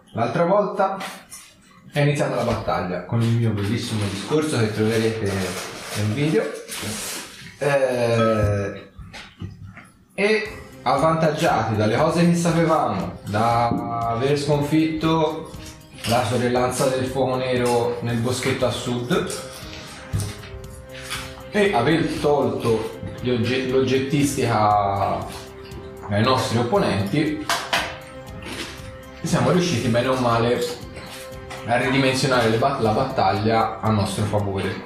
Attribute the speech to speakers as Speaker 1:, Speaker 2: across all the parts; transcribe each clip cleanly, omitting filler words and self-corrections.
Speaker 1: l'altra volta è iniziata la battaglia con il mio bellissimo discorso che troverete nel video e avvantaggiati dalle cose che sapevamo, da aver sconfitto la sorellanza del fuoco nero nel boschetto a sud e aver tolto l'oggettistica ai nostri opponenti, siamo riusciti bene o male a ridimensionare la battaglia a nostro favore.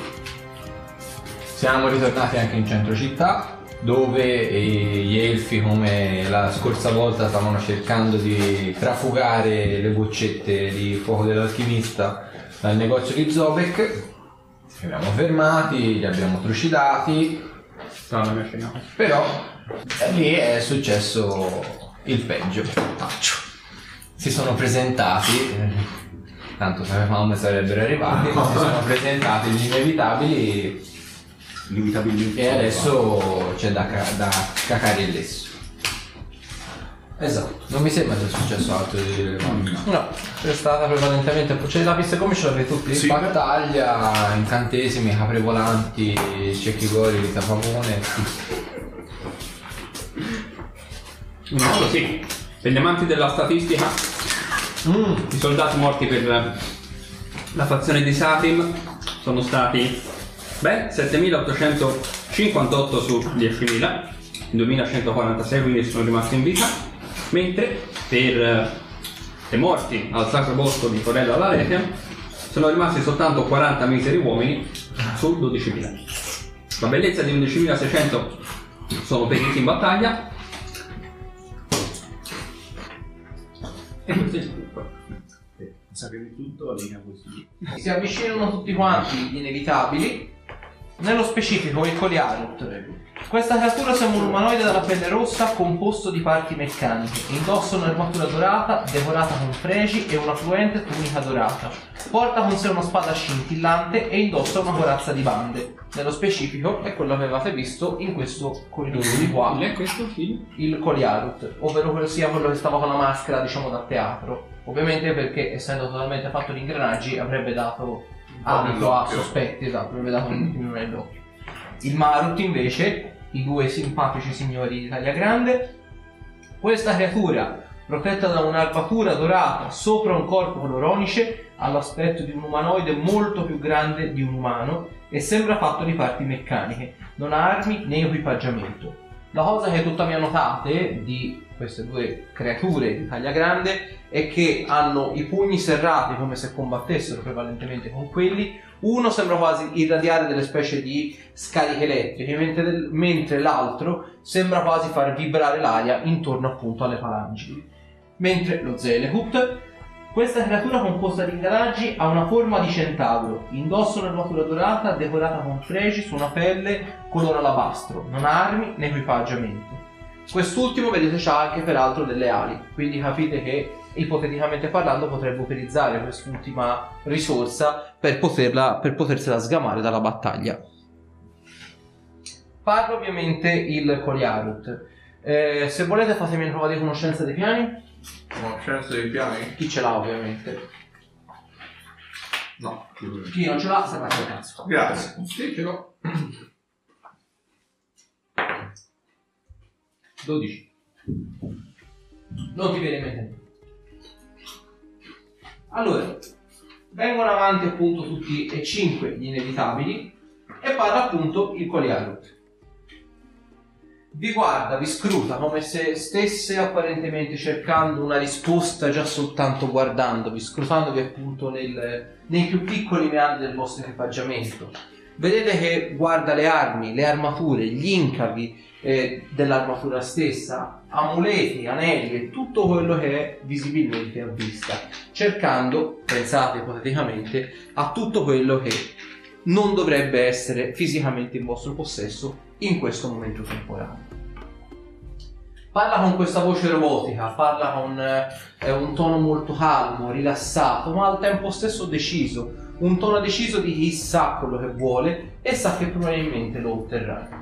Speaker 1: Siamo ritornati anche in centro città, dove gli elfi, come la scorsa volta, stavano cercando di trafugare le boccette di fuoco dell'alchimista dal negozio di Zobek. Li abbiamo fermati, li abbiamo trucidati, però lì è successo il peggio. Si sono presentati, tanto sapevamo che sarebbero arrivati, si sono presentati gli inevitabili e adesso c'è da cacare il lesso. Esatto, non mi sembra sia successo altro di rilevante. No, è stata prevalentemente procedere la pista come ce l'avete tutti? Sì. Battaglia, incantesimi, capre volanti, cecchigori, tapavone.
Speaker 2: No, sì. Per gli amanti della statistica, i soldati morti per la fazione di Satim sono stati 7.858 su 10.000, 2.146, quindi sono rimasti in vita, mentre per i morti al Sacro Bosco di Corella alla Retia sono rimasti soltanto 40 miseri uomini su 12.000. La bellezza di 11.600 sono periti in battaglia. E questo è tutto.
Speaker 3: Sapevi tutto, linea così.
Speaker 1: Si avvicinano tutti quanti gli inevitabili. Nello specifico il Coliarut. Questa creatura sembra un umanoide dalla pelle rossa composto di parti meccaniche. Indossa un'armatura dorata, decorata con fregi e una fluente tunica dorata. Porta con sé una spada scintillante e indossa una corazza di bande. Nello specifico è quello che avevate visto in questo corridoio di qua. Il Coliarut, ovvero sia quello che stava con la maschera, diciamo, da teatro. Ovviamente perché, essendo totalmente fatto di ingranaggi, avrebbe dato adito a sospetti, esatto, avrebbe dato un attimo nell'occhio. Il Marut invece, i due simpatici signori di taglia grande, questa creatura protetta da un'armatura dorata sopra un corpo coloronice, ha l'aspetto di un umanoide molto più grande di un umano e sembra fatto di parti meccaniche, non ha armi né equipaggiamento. La cosa che tuttavia notate di queste due creature di taglia grande è che hanno i pugni serrati come se combattessero prevalentemente con quelli. Uno sembra quasi irradiare delle specie di scariche elettriche, mentre l'altro sembra quasi far vibrare l'aria intorno appunto alle falangi. Mentre lo Zelehut, questa creatura composta di ingranaggi, ha una forma di centauro, indossa un'armatura dorata decorata con fregi su una pelle color alabastro, non ha armi né equipaggiamento. Quest'ultimo vedete c'ha anche peraltro delle ali, quindi capite che ipoteticamente parlando potrebbe utilizzare quest'ultima risorsa per potersela sgamare dalla battaglia. Parla ovviamente il Coliarut. Se volete fatemi una prova di conoscenza dei piani.
Speaker 3: Conoscenza dei piani?
Speaker 1: Chi ce l'ha ovviamente?
Speaker 3: No.
Speaker 1: Chi non ce l'ha se faccia il cazzo.
Speaker 3: Grazie.
Speaker 1: Sì, ce l'ho. 12. Non ti viene in mente. Allora, vengono avanti appunto tutti e 5 gli inevitabili e parla appunto il Coliarut. Vi guarda, vi scruta come se stesse apparentemente cercando una risposta già soltanto guardandovi, scrutandovi appunto nei più piccoli meandri del vostro equipaggiamento. Vedete che guarda le armi, le armature, gli incavi dell'armatura stessa, amuleti, anelli e tutto quello che è visibilmente a vista, cercando, pensate ipoteticamente, a tutto quello che non dovrebbe essere fisicamente in vostro possesso in questo momento temporale. Parla con questa voce robotica, parla con un tono molto calmo, rilassato, ma al tempo stesso deciso, un tono deciso di chi sa quello che vuole e sa che probabilmente lo otterrà.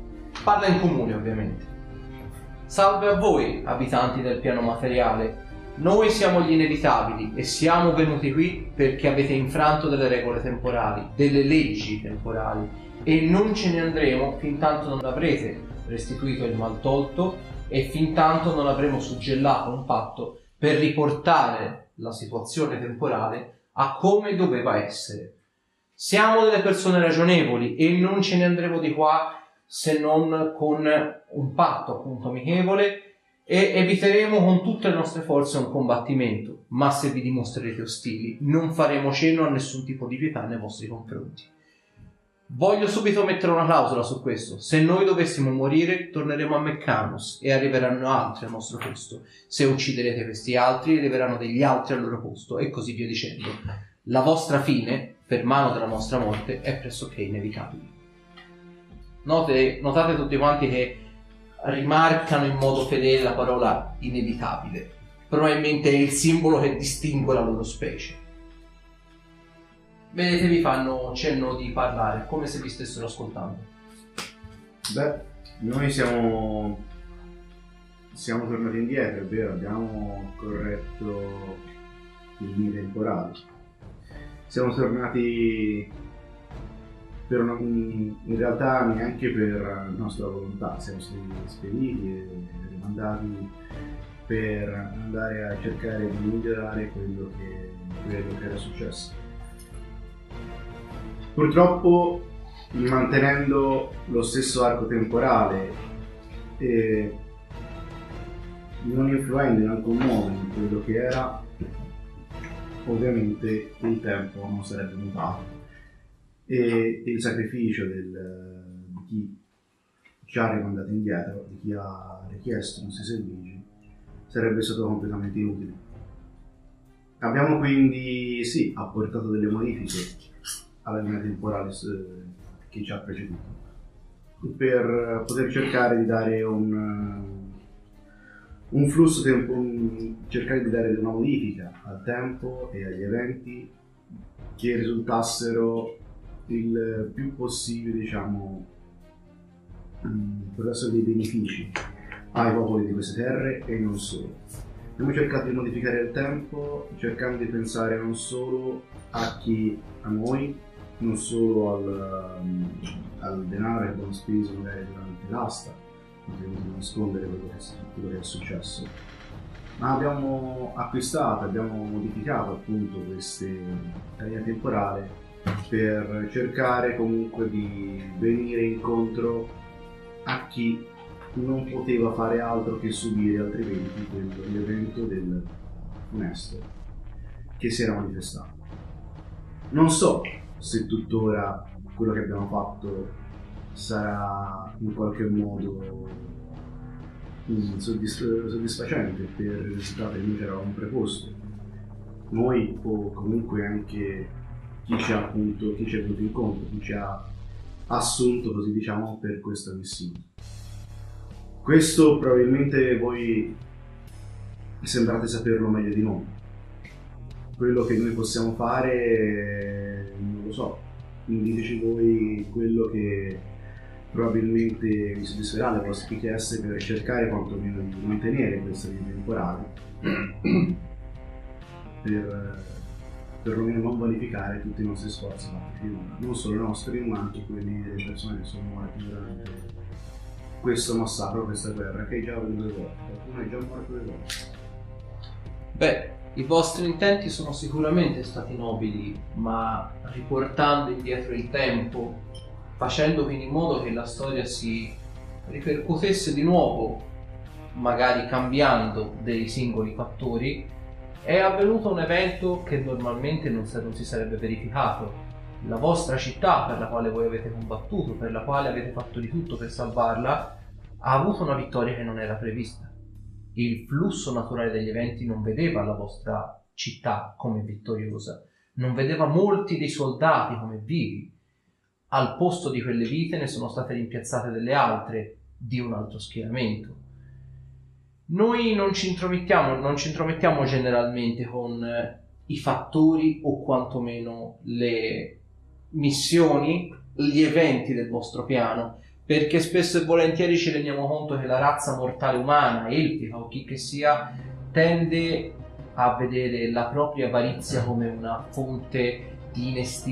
Speaker 1: Parla in comune ovviamente. Salve a voi, abitanti del piano materiale. Noi siamo gli inevitabili e siamo venuti qui perché avete infranto delle regole temporali, delle leggi temporali, e non ce ne andremo fin tanto non avrete restituito il mal tolto e fin tanto non avremo suggellato un patto per riportare la situazione temporale a come doveva essere. Siamo delle persone ragionevoli e non ce ne andremo di qua se non con un patto appunto amichevole, e eviteremo con tutte le nostre forze un combattimento, ma se vi dimostrerete ostili non faremo cenno a nessun tipo di pietà nei vostri confronti. Voglio subito mettere una clausola su questo: se noi dovessimo morire torneremo a Meccanus e arriveranno altri al nostro posto, se ucciderete questi altri arriveranno degli altri al loro posto e così via dicendo. La vostra fine per mano della nostra morte è pressoché inevitabile. Notate tutti quanti che rimarcano in modo fedele la parola inevitabile. Probabilmente è il simbolo che distingue la loro specie. Vedete, vi fanno cenno di parlare, come se vi stessero ascoltando.
Speaker 4: Beh, noi siamo tornati indietro, è vero, abbiamo corretto i limiti temporali. Siamo tornati in realtà neanche per nostra volontà, siamo stati spediti e rimandati per andare a cercare di migliorare quello che era successo. Purtroppo, mantenendo lo stesso arco temporale e non influendo in alcun modo in quello che era, ovviamente il tempo non sarebbe mutato. E il sacrificio di chi ci ha rimandato indietro, di chi ha richiesto i nostri servigi, sarebbe stato completamente inutile. Abbiamo quindi, sì, apportato delle modifiche alla linea temporale che ci ha preceduto, per poter cercare di dare un flusso, cercare di dare una modifica al tempo e agli eventi che risultassero il più possibile, diciamo, per dei benefici ai popoli di queste terre e non solo. Abbiamo cercato di modificare il tempo cercando di pensare non solo a noi, non solo al denaro che abbiamo speso magari durante l'asta, per nascondere quello che è successo, ma abbiamo acquistato, abbiamo modificato appunto questa linea temporale per cercare comunque di venire incontro a chi non poteva fare altro che subire altrimenti l'evento del funesto che si era manifestato. Non so se tuttora quello che abbiamo fatto sarà in qualche modo soddisfacente per il risultato che noi ci eravamo preposto, noi o comunque anche chi ci è venuto incontro, chi ci ha assunto, così diciamo, per questa missione. Questo probabilmente voi sembrate saperlo meglio di noi. Quello che noi possiamo fare non lo so, quindi diteci voi quello che probabilmente vi soddisferà le vostre richieste per cercare quantomeno di mantenere questa linea temporale per perlomeno non vanificare tutti i nostri sforzi fatti finora, non solo i nostri ma anche quelli delle persone che sono morte durante questo massacro, questa guerra che è già avvenuta 2 volte, qualcuno è già morto 2 volte.
Speaker 1: Beh, i vostri intenti sono sicuramente stati nobili, ma riportando indietro il tempo, facendo quindi in modo che la storia si ripercuotesse di nuovo, magari cambiando dei singoli fattori, è avvenuto un evento che normalmente non si sarebbe verificato. La vostra città, per la quale voi avete combattuto, per la quale avete fatto di tutto per salvarla, ha avuto una vittoria che non era prevista. Il flusso naturale degli eventi non vedeva la vostra città come vittoriosa, non vedeva molti dei soldati come vivi. Al posto di quelle vite ne sono state rimpiazzate delle altre di un altro schieramento. Noi non ci intromettiamo generalmente con i fattori o quantomeno le missioni, gli eventi del vostro piano, perché spesso e volentieri ci rendiamo conto che la razza mortale umana, elfica o chi che sia, tende a vedere la propria avarizia come una fonte di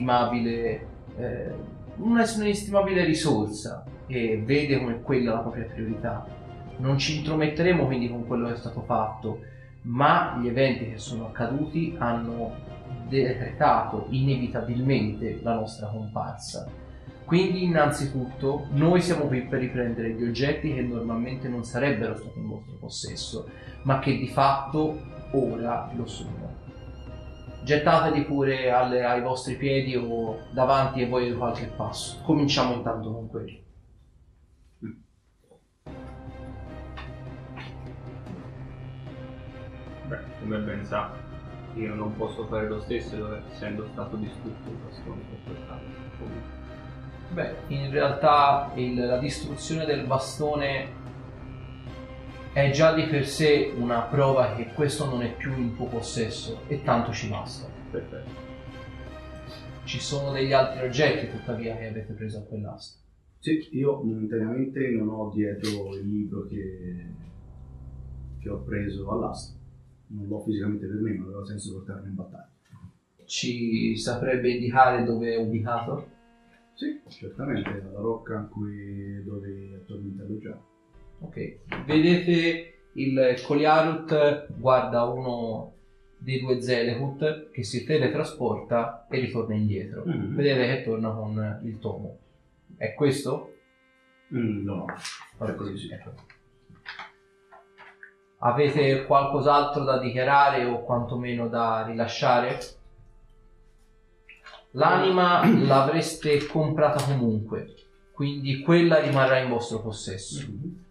Speaker 1: un'inestimabile risorsa e vede come quella la propria priorità. Non ci intrometteremo quindi con quello che è stato fatto, ma gli eventi che sono accaduti hanno decretato inevitabilmente la nostra comparsa. Quindi innanzitutto noi siamo qui per riprendere gli oggetti che normalmente non sarebbero stati in vostro possesso, ma che di fatto ora lo sono. Gettateli pure ai vostri piedi o davanti a voi di qualche passo. Cominciamo intanto con quelli.
Speaker 2: Beh, come ben sa, io non posso fare lo stesso essendo stato distrutto il bastone per quest'anno.
Speaker 1: Beh, in realtà la distruzione del bastone è già di per sé una prova che questo non è più in tuo possesso e tanto ci basta.
Speaker 2: Perfetto.
Speaker 1: Ci sono degli altri oggetti tuttavia che avete preso a quell'asta.
Speaker 4: Sì, io momentaneamente non ho dietro il libro che ho preso all'asta. Non l'ho fisicamente per me, non aveva senso portarlo in battaglia.
Speaker 1: Ci saprebbe indicare dove è ubicato?
Speaker 4: Sì, certamente, la rocca dove attualmente alloggiamo.
Speaker 1: Ok, vedete il Koliarut guarda uno dei due Zelehut che si teletrasporta e ritorna indietro. Vedete che torna con il tomo. È questo?
Speaker 4: No, è così sì.
Speaker 1: Ecco. Avete qualcos'altro da dichiarare o quantomeno da rilasciare? L'anima l'avreste comprata comunque, quindi quella rimarrà in vostro possesso.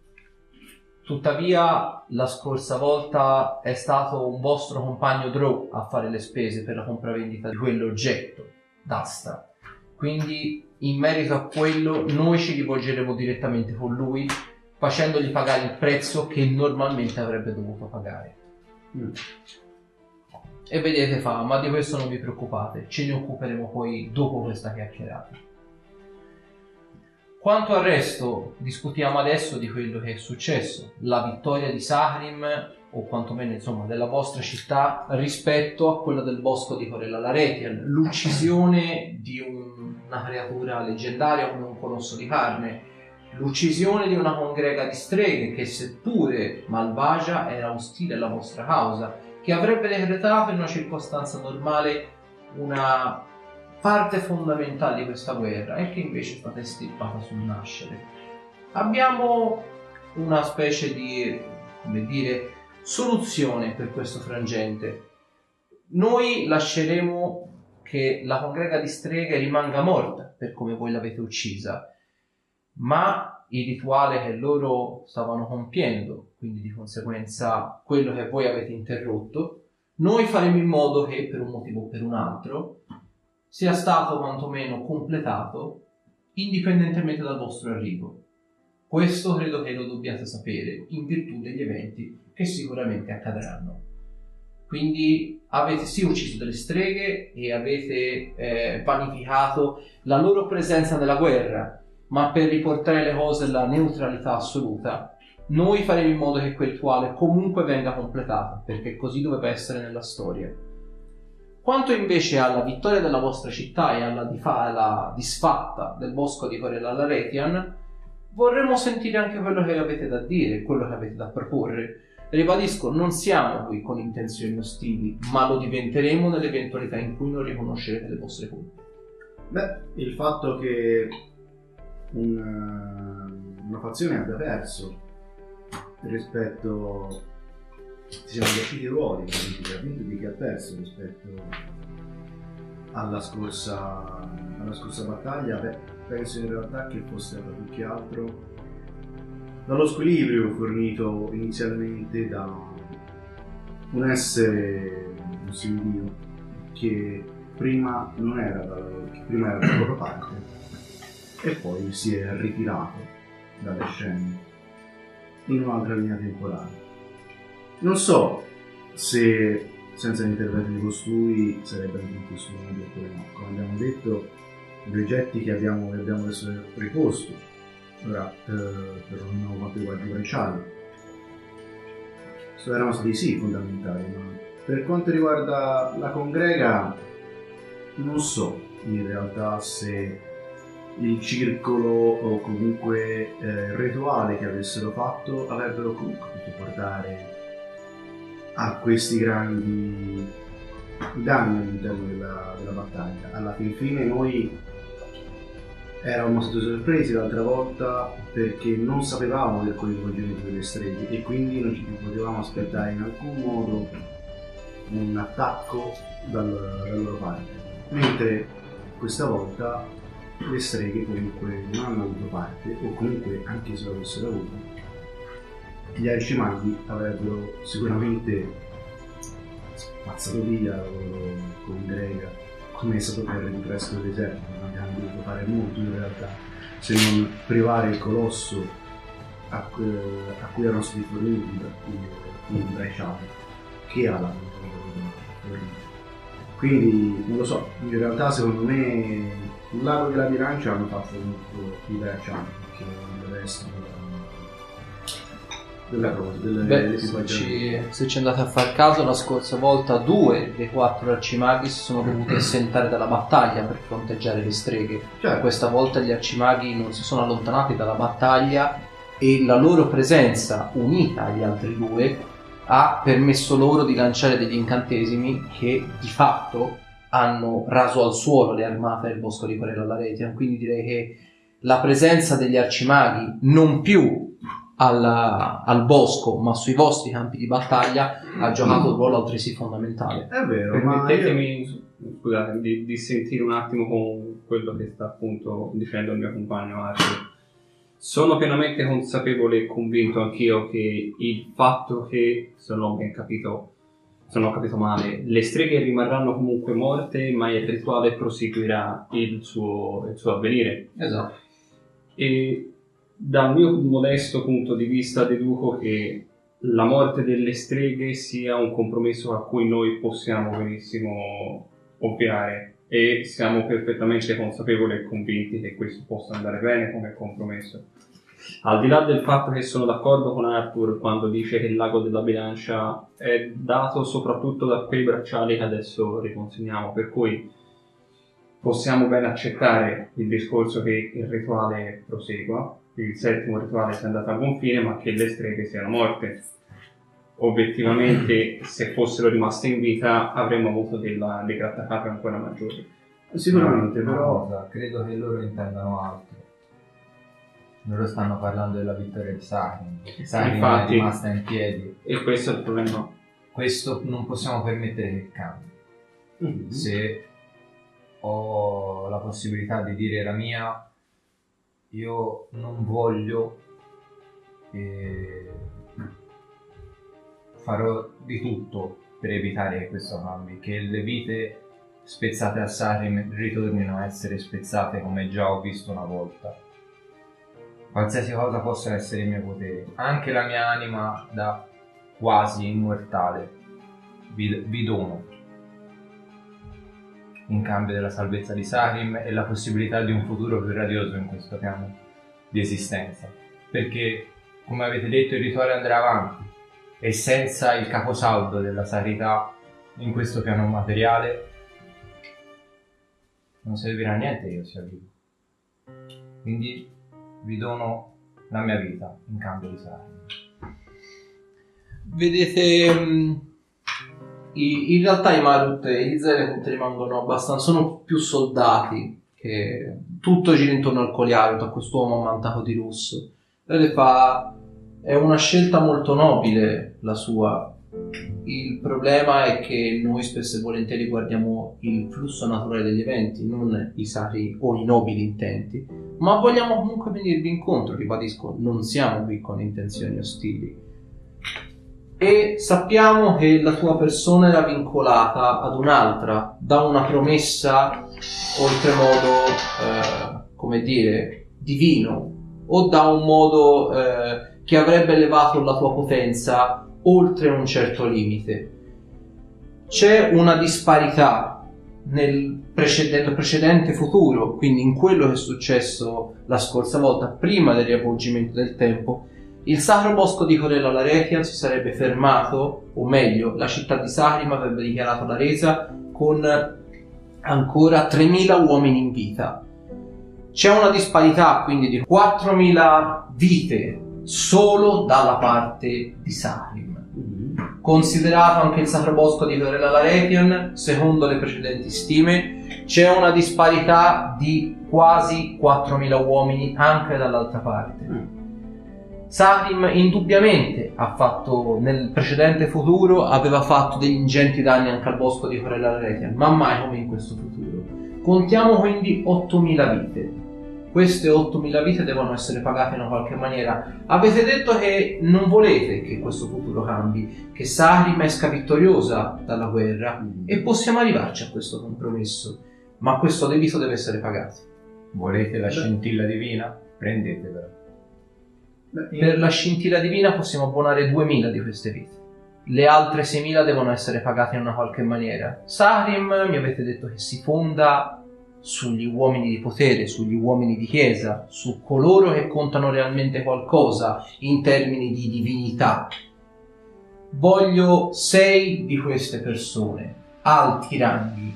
Speaker 1: Tuttavia la scorsa volta è stato un vostro compagno Drow a fare le spese per la compravendita di quell'oggetto d'asta. Quindi in merito a quello noi ci rivolgeremo direttamente con lui, facendogli pagare il prezzo che normalmente avrebbe dovuto pagare. E vedete ma di questo non vi preoccupate, ce ne occuperemo poi dopo questa chiacchierata. Quanto al resto, discutiamo adesso di quello che è successo, la vittoria di Saharim, o quantomeno insomma della vostra città, rispetto a quella del bosco di Corella Laretian, l'uccisione di una creatura leggendaria come un colosso di carne, l'uccisione di una congrega di streghe che seppure malvagia era ostile alla vostra causa, che avrebbe decretato in una circostanza normale una parte fondamentale di questa guerra e che invece è stata estirpata sul nascere. Abbiamo una specie di, come dire, soluzione per questo frangente. Noi lasceremo che la congrega di streghe rimanga morta per come voi l'avete uccisa, ma il rituale che loro stavano compiendo, quindi di conseguenza quello che voi avete interrotto, noi faremo in modo che per un motivo o per un altro sia stato quantomeno completato indipendentemente dal vostro arrivo. Questo credo che lo dobbiate sapere in virtù degli eventi che sicuramente accadranno. Quindi avete sì ucciso delle streghe e avete panificato la loro presenza nella guerra, ma per riportare le cose alla neutralità assoluta, noi faremo in modo che quel rituale comunque venga completato, perché così doveva essere nella storia. Quanto invece alla vittoria della vostra città e alla disfatta del bosco di Corella Laretian, vorremmo sentire anche quello che avete da dire, quello che avete da proporre. Ribadisco, non siamo qui con intenzioni ostili, ma lo diventeremo nell'eventualità in cui non riconoscerete le vostre colpe.
Speaker 4: Beh, il fatto che una fazione abbia perso rispetto, si siano invertiti i ruoli, di chi ha perso rispetto alla scorsa battaglia, penso in realtà che fosse stata più che altro dallo squilibrio fornito inizialmente da un essere, un semidio, che prima non era dalla loro parte e poi si è ritirato dalle scene in un'altra linea temporale. Non so se senza l'intervento di costui sarebbe anche in questo modo oppure no. Come abbiamo detto, gli oggetti che abbiamo adesso riposto, ora per quanto riguarda i bracciali, erano stati sì fondamentali, ma Per quanto riguarda la congrega, non so in realtà se il circolo o comunque il rituale che avessero fatto avrebbero comunque potuto portare a questi grandi danni all'interno della battaglia. Alla fine noi eravamo stati sorpresi l'altra volta perché non sapevamo del coinvolgimento delle streghe e quindi non ci potevamo aspettare in alcun modo un attacco dalla loro parte, mentre questa volta le streghe comunque non hanno avuto parte, o comunque anche se lo avessero avuto, gli arcimaghi avrebbero sicuramente spazzato via la loro congrega, come è stato per il resto dell'esercito. Non abbiamo dovuto fare molto in realtà, se non privare il colosso a cui erano stati forniti i bracciati, che ha la quindi non lo so, in realtà secondo me sul lato della bilancia hanno fatto molto i bracciati, perché il resto della cosa,
Speaker 1: se ci andate a far caso, la scorsa volta 2 dei 4 arcimaghi si sono dovuti assentare dalla battaglia per fronteggiare le streghe.
Speaker 4: Certo.
Speaker 1: Questa volta gli arcimaghi non si sono allontanati dalla battaglia e la loro presenza, unita agli altri 2, ha permesso loro di lanciare degli incantesimi che di fatto hanno raso al suolo le armate del bosco di Corella Laretian. Quindi direi che la presenza degli arcimaghi, non più al bosco ma sui vostri campi di battaglia, ha giocato un ruolo altresì fondamentale.
Speaker 4: È vero,
Speaker 2: permettetemi scusate, di sentire un attimo con quello che sta appunto dicendo il mio compagno Arthur. Sono pienamente consapevole e convinto anch'io che il fatto che, se non ho ben capito, se non ho capito male, le streghe rimarranno comunque morte, ma il rituale proseguirà il suo avvenire.
Speaker 1: Esatto.
Speaker 2: E dal mio modesto punto di vista deduco che la morte delle streghe sia un compromesso a cui noi possiamo benissimo ovviare, e siamo perfettamente consapevoli e convinti che questo possa andare bene come compromesso. Al di là del fatto che sono d'accordo con Arthur quando dice che il lago della bilancia è dato soprattutto da quei bracciali che adesso riconsegniamo, per cui possiamo ben accettare il discorso che il rituale prosegua, il 7° rituale sia andato a buon fine, ma che le streghe siano morte. Obiettivamente, se fossero rimaste in vita, avremmo avuto dei grattacapi ancora maggiori.
Speaker 4: Sicuramente,
Speaker 5: Una
Speaker 4: però
Speaker 5: cosa, credo che loro intendano altro. Loro stanno parlando della vittoria di Sahin. Sahin
Speaker 2: Infatti,
Speaker 5: è rimasta in piedi.
Speaker 2: E questo è il problema.
Speaker 5: Questo non possiamo permettere che cambi. Se ho la possibilità di dire la mia, io non voglio farò di tutto per evitare che questo cambi, che le vite spezzate a Sarim ritornino a essere spezzate come già ho visto una volta. Qualsiasi cosa possa essere il mio potere, anche la mia anima da quasi immortale, vi dono in cambio della salvezza di Sarim e la possibilità di un futuro più radioso in questo piano di esistenza. Perché, come avete detto, il rituale andrà avanti e senza il caposaldo della sacrità in questo piano materiale non servirà a niente io sia vivo. Quindi vi dono la mia vita in cambio di Sarim.
Speaker 1: Vedete, in realtà i Marut e gli Zelekut rimangono abbastanza, sono più soldati, che tutto gira intorno al Coliarut, a quest'uomo ammantato di russo. Lei fa, è una scelta molto nobile la sua. Il problema è che noi spesso e volentieri guardiamo il flusso naturale degli eventi, non i sacri o i nobili intenti, ma vogliamo comunque venirvi incontro, ribadisco, non siamo qui con intenzioni ostili. E sappiamo che la tua persona era vincolata ad un'altra, da una promessa oltremodo, come dire, divino, o da un modo che avrebbe elevato la tua potenza oltre un certo limite. C'è una disparità nel precedente futuro, quindi in quello che è successo la scorsa volta, prima del riavvolgimento del tempo, Il sacro bosco di Corella Larethian si sarebbe fermato, o meglio, la città di Sarim avrebbe dichiarato la resa con ancora 3000 uomini in vita. C'è una disparità quindi di 4000 vite solo dalla parte di Sarim. Considerato anche il sacro bosco di Corella Larethian, secondo le precedenti stime, c'è una disparità di quasi 4000 uomini anche dall'altra parte. Sarim indubbiamente ha fatto, nel precedente futuro, aveva fatto degli ingenti danni anche al bosco di Corella Larethian, ma mai come in questo futuro. Contiamo quindi 8000 vite. Queste 8000 vite devono essere pagate in una qualche maniera. Avete detto che non volete che questo futuro cambi, che Sarim esca vittoriosa dalla guerra, e possiamo arrivarci a questo compromesso, ma questo debito deve essere pagato.
Speaker 5: Volete la scintilla divina? Prendetevela.
Speaker 1: Per la scintilla divina possiamo abbonare 2000 di queste vite. Le altre 6000 devono essere pagate in una qualche maniera. Sarim, mi avete detto che si fonda sugli uomini di potere, sugli uomini di chiesa, su coloro che contano realmente qualcosa in termini di divinità. Voglio 6 di queste persone, alti ranghi.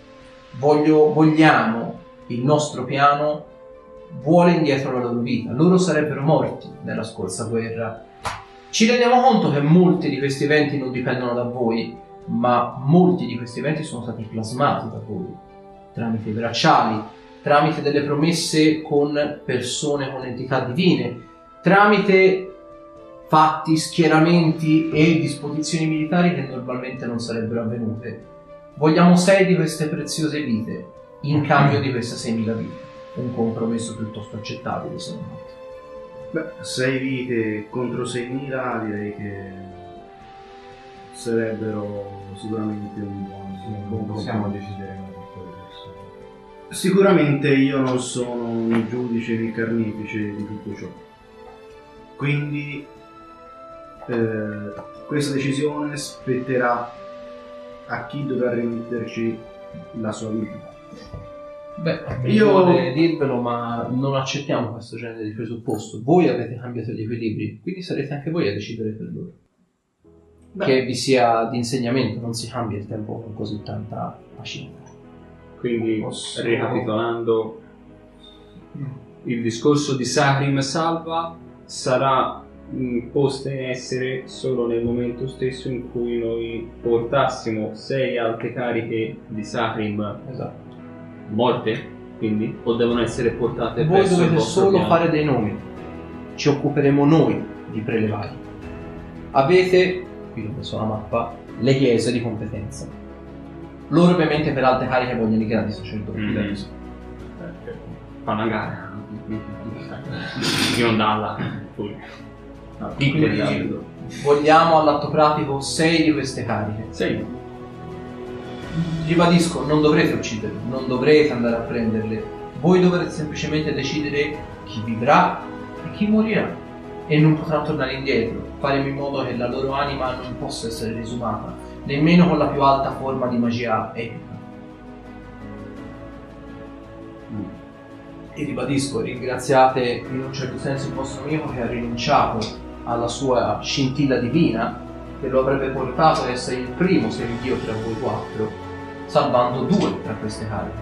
Speaker 1: Vogliamo il nostro piano vuole indietro la loro vita. Loro sarebbero morti nella scorsa guerra. Ci rendiamo conto che molti di questi eventi non dipendono da voi, ma molti di questi eventi sono stati plasmati da voi tramite i bracciali, tramite delle promesse con persone con entità divine, tramite fatti, schieramenti e disposizioni militari che normalmente non sarebbero avvenute. Vogliamo 6 di queste preziose vite in cambio di queste 6000 vite. Un compromesso piuttosto accettabile, se non altro.
Speaker 4: 6 vite contro 6000 direi che sarebbero sicuramente un buon
Speaker 5: Non possiamo
Speaker 4: compromesso.
Speaker 5: decidere noi per quelle persone.
Speaker 4: Sicuramente io non sono un giudice né carnefice di tutto ciò, quindi questa decisione spetterà a chi dovrà rimetterci la sua vita.
Speaker 1: Beh,
Speaker 4: Io-
Speaker 1: vorrei dirvelo, ma non accettiamo questo genere di presupposto. Voi avete cambiato gli equilibri, quindi sarete anche voi a decidere per loro. Che vi sia di insegnamento, non si cambia il tempo con così tanta facilità.
Speaker 2: Quindi,
Speaker 1: Posso-
Speaker 2: ricapitolando, il discorso di Sarim salva sarà posto in essere solo nel momento stesso in cui noi portassimo 6 alte cariche di Sarim
Speaker 1: Esatto.
Speaker 2: morte, quindi, o devono essere portate
Speaker 1: Voi
Speaker 2: verso il
Speaker 1: dovete
Speaker 2: vostro
Speaker 1: solo
Speaker 2: piano?
Speaker 1: fare dei nomi. Ci occuperemo noi di prelevarli. Avete, qui ho messo la mappa, le chiese di competenza. Loro ovviamente per alte cariche vogliono i grandi sacerdoti.
Speaker 2: Mm. Fa una gara di non darla
Speaker 1: Quindi vogliamo all'atto pratico 6 di queste cariche.
Speaker 2: sì.
Speaker 1: Ribadisco, non dovrete ucciderle, non dovrete andare a prenderle. Voi dovrete semplicemente decidere chi vivrà e chi morirà. E non potrà tornare indietro. Faremo in modo che la loro anima non possa essere risumata, nemmeno con la più alta forma di magia epica. E ribadisco, ringraziate in un certo senso il vostro amico che ha rinunciato alla sua scintilla divina, che lo avrebbe portato ad essere il primo semidio tra voi 4, salvando 2 tra queste cariche.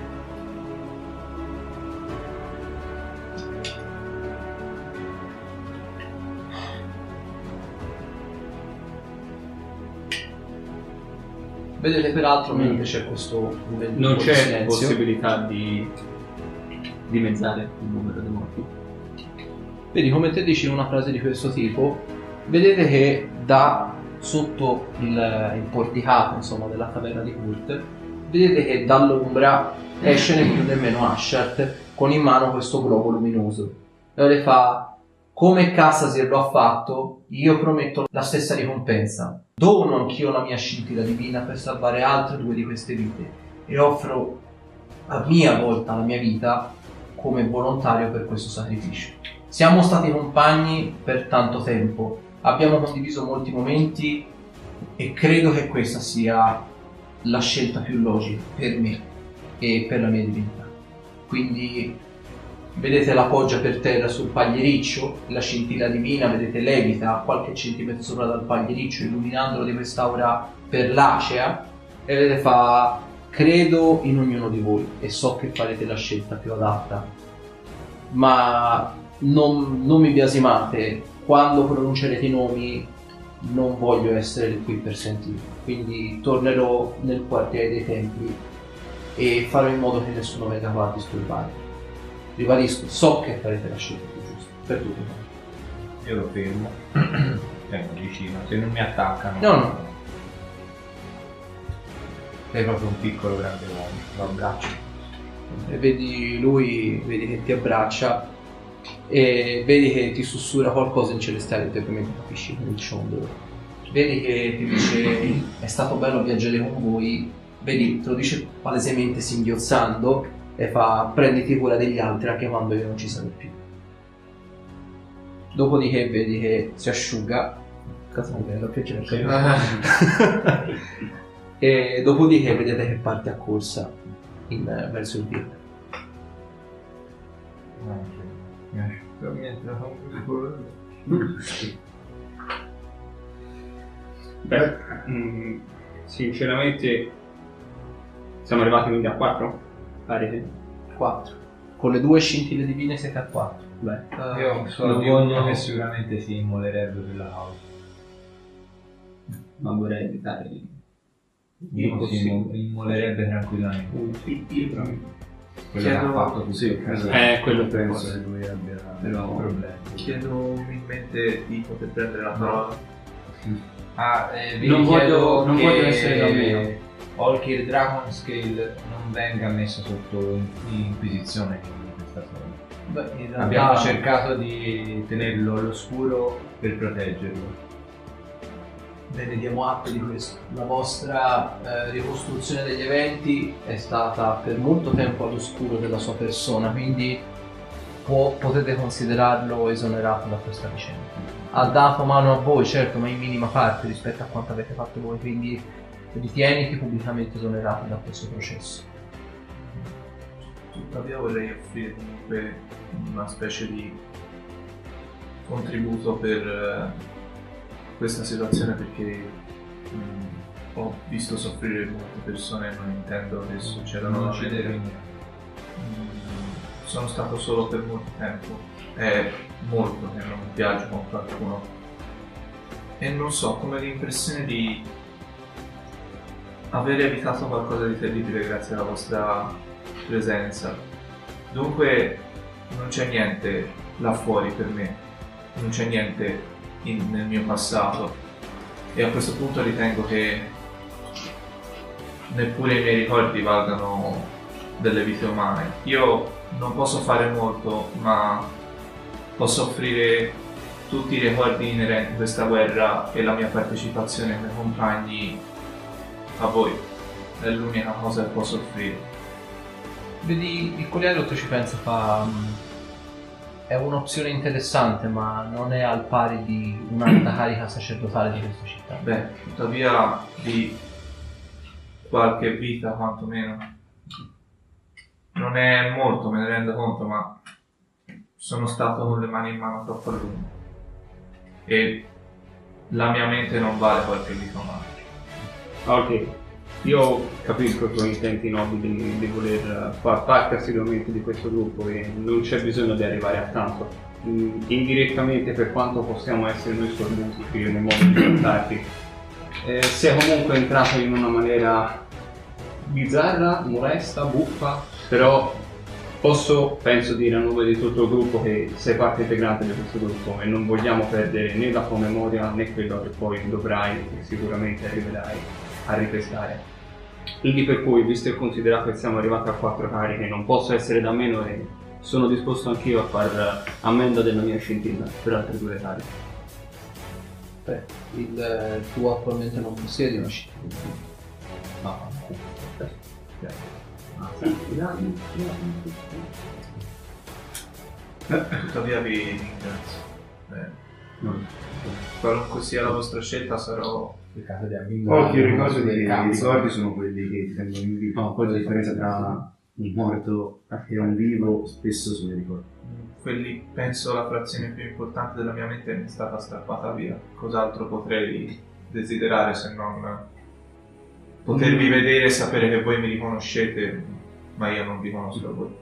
Speaker 1: Vedete peraltro mentre c'è questo momento
Speaker 2: Non
Speaker 1: di
Speaker 2: c'è
Speaker 1: silenzio,
Speaker 2: possibilità di dimezzare il numero dei morti.
Speaker 1: vedi come te dici una frase di questo tipo, vedete che da sotto il porticato, insomma, della taverna di Kurt, vedete che dall'ombra esce nemmeno Ashart con in mano questo globo luminoso e le fa: come Cassasir lo ha fatto, io prometto la stessa ricompensa. Dono anch'io la mia scintilla divina per salvare altre 2 di queste vite e offro a mia volta la mia vita come volontario per questo sacrificio. Siamo stati compagni per tanto tempo, abbiamo condiviso molti momenti e credo che questa sia la scelta più logica per me e per la mia divinità. Quindi vedete la poggia per terra sul pagliericcio, la scintilla divina, vedete levita qualche centimetro sopra dal pagliericcio, illuminandolo di quest'aura perlacea, e vedete fa: credo in ognuno di voi e so che farete la scelta più adatta, ma non mi biasimate, quando pronuncerete i nomi non voglio essere qui per sentirli, quindi tornerò nel quartiere dei templi e farò in modo che nessuno venga qua a disturbare. Ribadisco, so che farete la scelta più giusta per tutti noi.
Speaker 5: Io lo fermo, tengo vicino, se non mi attaccano.
Speaker 1: No.
Speaker 5: Sei proprio un piccolo grande uomo, lo abbraccio.
Speaker 1: E vedi lui, vedi che ti abbraccia e vedi che ti sussurra qualcosa in celestiale, te ovviamente capisci il ciondolo. Vedi che ti dice: è stato bello viaggiare con voi. Vedi, te lo dice palesemente singhiozzando e fa: prenditi cura degli altri anche quando io non ci sarò più. Dopodiché vedi che si asciuga. Cazzo, mi viene da piacere. E dopodiché vedete che parte a corsa verso il via.
Speaker 5: Mi asciuga niente da
Speaker 2: Beh, sinceramente siamo arrivati quindi a 4? Pare
Speaker 1: 4. Con le 2 scintille divine siete a 4.
Speaker 2: Beh,
Speaker 5: Io sono di uno che sicuramente si immolerebbe per la causa.
Speaker 2: ma vorrei evitare
Speaker 5: Io si immolerebbe tranquillamente. Quello che ha fatto tutto
Speaker 4: sì,
Speaker 5: il caso.
Speaker 2: quello
Speaker 4: Penso che lui abbia
Speaker 2: Però-
Speaker 5: problemi.
Speaker 3: Chiedo umilmente di poter prendere la parola.
Speaker 5: Vi
Speaker 2: Non
Speaker 5: richiedo
Speaker 2: voglio
Speaker 5: che
Speaker 2: essere da meno.
Speaker 5: Olkir Dragon Scale non venga messo sotto inquisizione in questa storia.
Speaker 1: Beh, in realtà
Speaker 5: Abbiamo cercato di tenerlo all'oscuro per proteggerlo.
Speaker 1: ve ne diamo atto di questo. La vostra ricostruzione degli eventi è stata per molto tempo all'oscuro della sua persona, quindi potete considerarlo esonerato da questa vicenda. Ha dato mano a voi, certo, ma in minima parte rispetto a quanto avete fatto voi, quindi ritieniti pubblicamente esonerato da questo processo.
Speaker 3: Tuttavia vorrei offrire comunque una specie di contributo per questa situazione, perché ho visto soffrire molte persone e non intendo che succedano
Speaker 5: Non
Speaker 3: a
Speaker 5: ci
Speaker 3: me.
Speaker 5: deve niente.
Speaker 3: Sono stato solo per molto tempo, è molto che non viaggio con qualcuno e non so, come l'impressione di aver evitato qualcosa di terribile grazie alla vostra presenza. Dunque non c'è niente là fuori per me, non c'è niente nel mio passato, e a questo punto ritengo che neppure i miei ricordi valgano delle vite umane. Io non posso fare molto, ma posso offrire tutti i ricordi inerenti a questa guerra e la mia partecipazione come compagni a voi. È l'unica cosa che posso offrire.
Speaker 1: Vedi, il Coliarotto ci pensa, fa... è un'opzione interessante, ma non è al pari di un'alta carica sacerdotale di questa città.
Speaker 3: Beh, tuttavia di qualche vita quantomeno. Non è molto, me ne rendo conto, ma sono stato con le mani in mano troppo a lungo e la mia mente non vale qualche vita umana.
Speaker 2: Ok, io capisco i tuoi intenti nobili di voler far parte assiduamente di questo gruppo e non c'è bisogno di arrivare a tanto. Indirettamente, per quanto possiamo essere noi scorbuti nel modo di trattarti, sei comunque entrato in una maniera bizzarra, molesta, buffa, però penso dire a nome di tutto il gruppo che sei parte integrante di questo gruppo e non vogliamo perdere né la tua memoria né quello che poi dovrai e sicuramente arriverai a ripescare. Quindi per cui, visto e considerato che siamo arrivati a 4 cariche, non posso essere da meno e sono disposto anch'io a far ammenda della mia scintilla per altre 2 cariche.
Speaker 1: Beh, il tuo attualmente non possiede una scintilla.
Speaker 5: No,
Speaker 3: Tuttavia vi ringrazio. Qualunque sia la vostra scelta sarò...
Speaker 5: il caso di
Speaker 4: Occhio, i ricordi sono quelli che ti tengono in vita.
Speaker 2: No,
Speaker 4: La differenza tra Un morto e un vivo spesso se ne ricorda.
Speaker 3: Quelli, penso, la frazione più importante della mia mente mi è stata strappata via. Cos'altro potrei desiderare se non potervi vedere e sapere che voi mi riconoscete, ma io non vi conosco voi.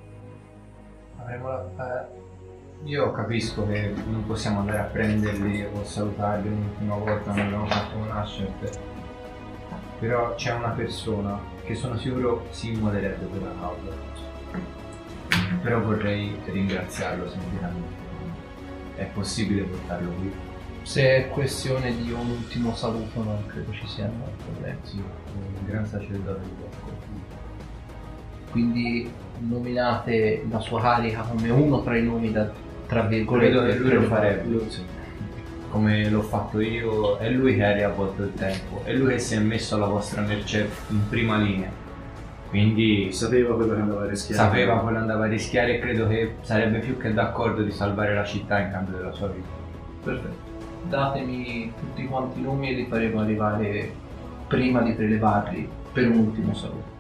Speaker 5: Io capisco che non possiamo andare a prenderli o salutarli un'ultima volta, non abbiamo fatto un Asher, però c'è una persona che sono sicuro si immolerebbe per la causa. Però vorrei ringraziarlo semplicemente. È possibile portarlo qui?
Speaker 1: Se è questione di un ultimo saluto non credo ci siano problemi.
Speaker 5: Sì, un gran sacerdote di Bocco.
Speaker 1: Quindi nominate la sua carica come uno tra i nomi da, tra virgolette,
Speaker 5: Credo che lui lo farebbe.
Speaker 4: Io sì.
Speaker 5: Come l'ho fatto io, è lui che ha riavvolto il tempo, è lui che si è messo alla vostra mercé in prima linea. Quindi
Speaker 4: Sapeva quello che andava a rischiare.
Speaker 5: sapeva quello andava a rischiare e credo che sarebbe più che d'accordo di salvare la città in cambio della sua vita.
Speaker 1: Perfetto. Datemi tutti quanti i nomi e li faremo arrivare prima di prelevarli per un ultimo saluto.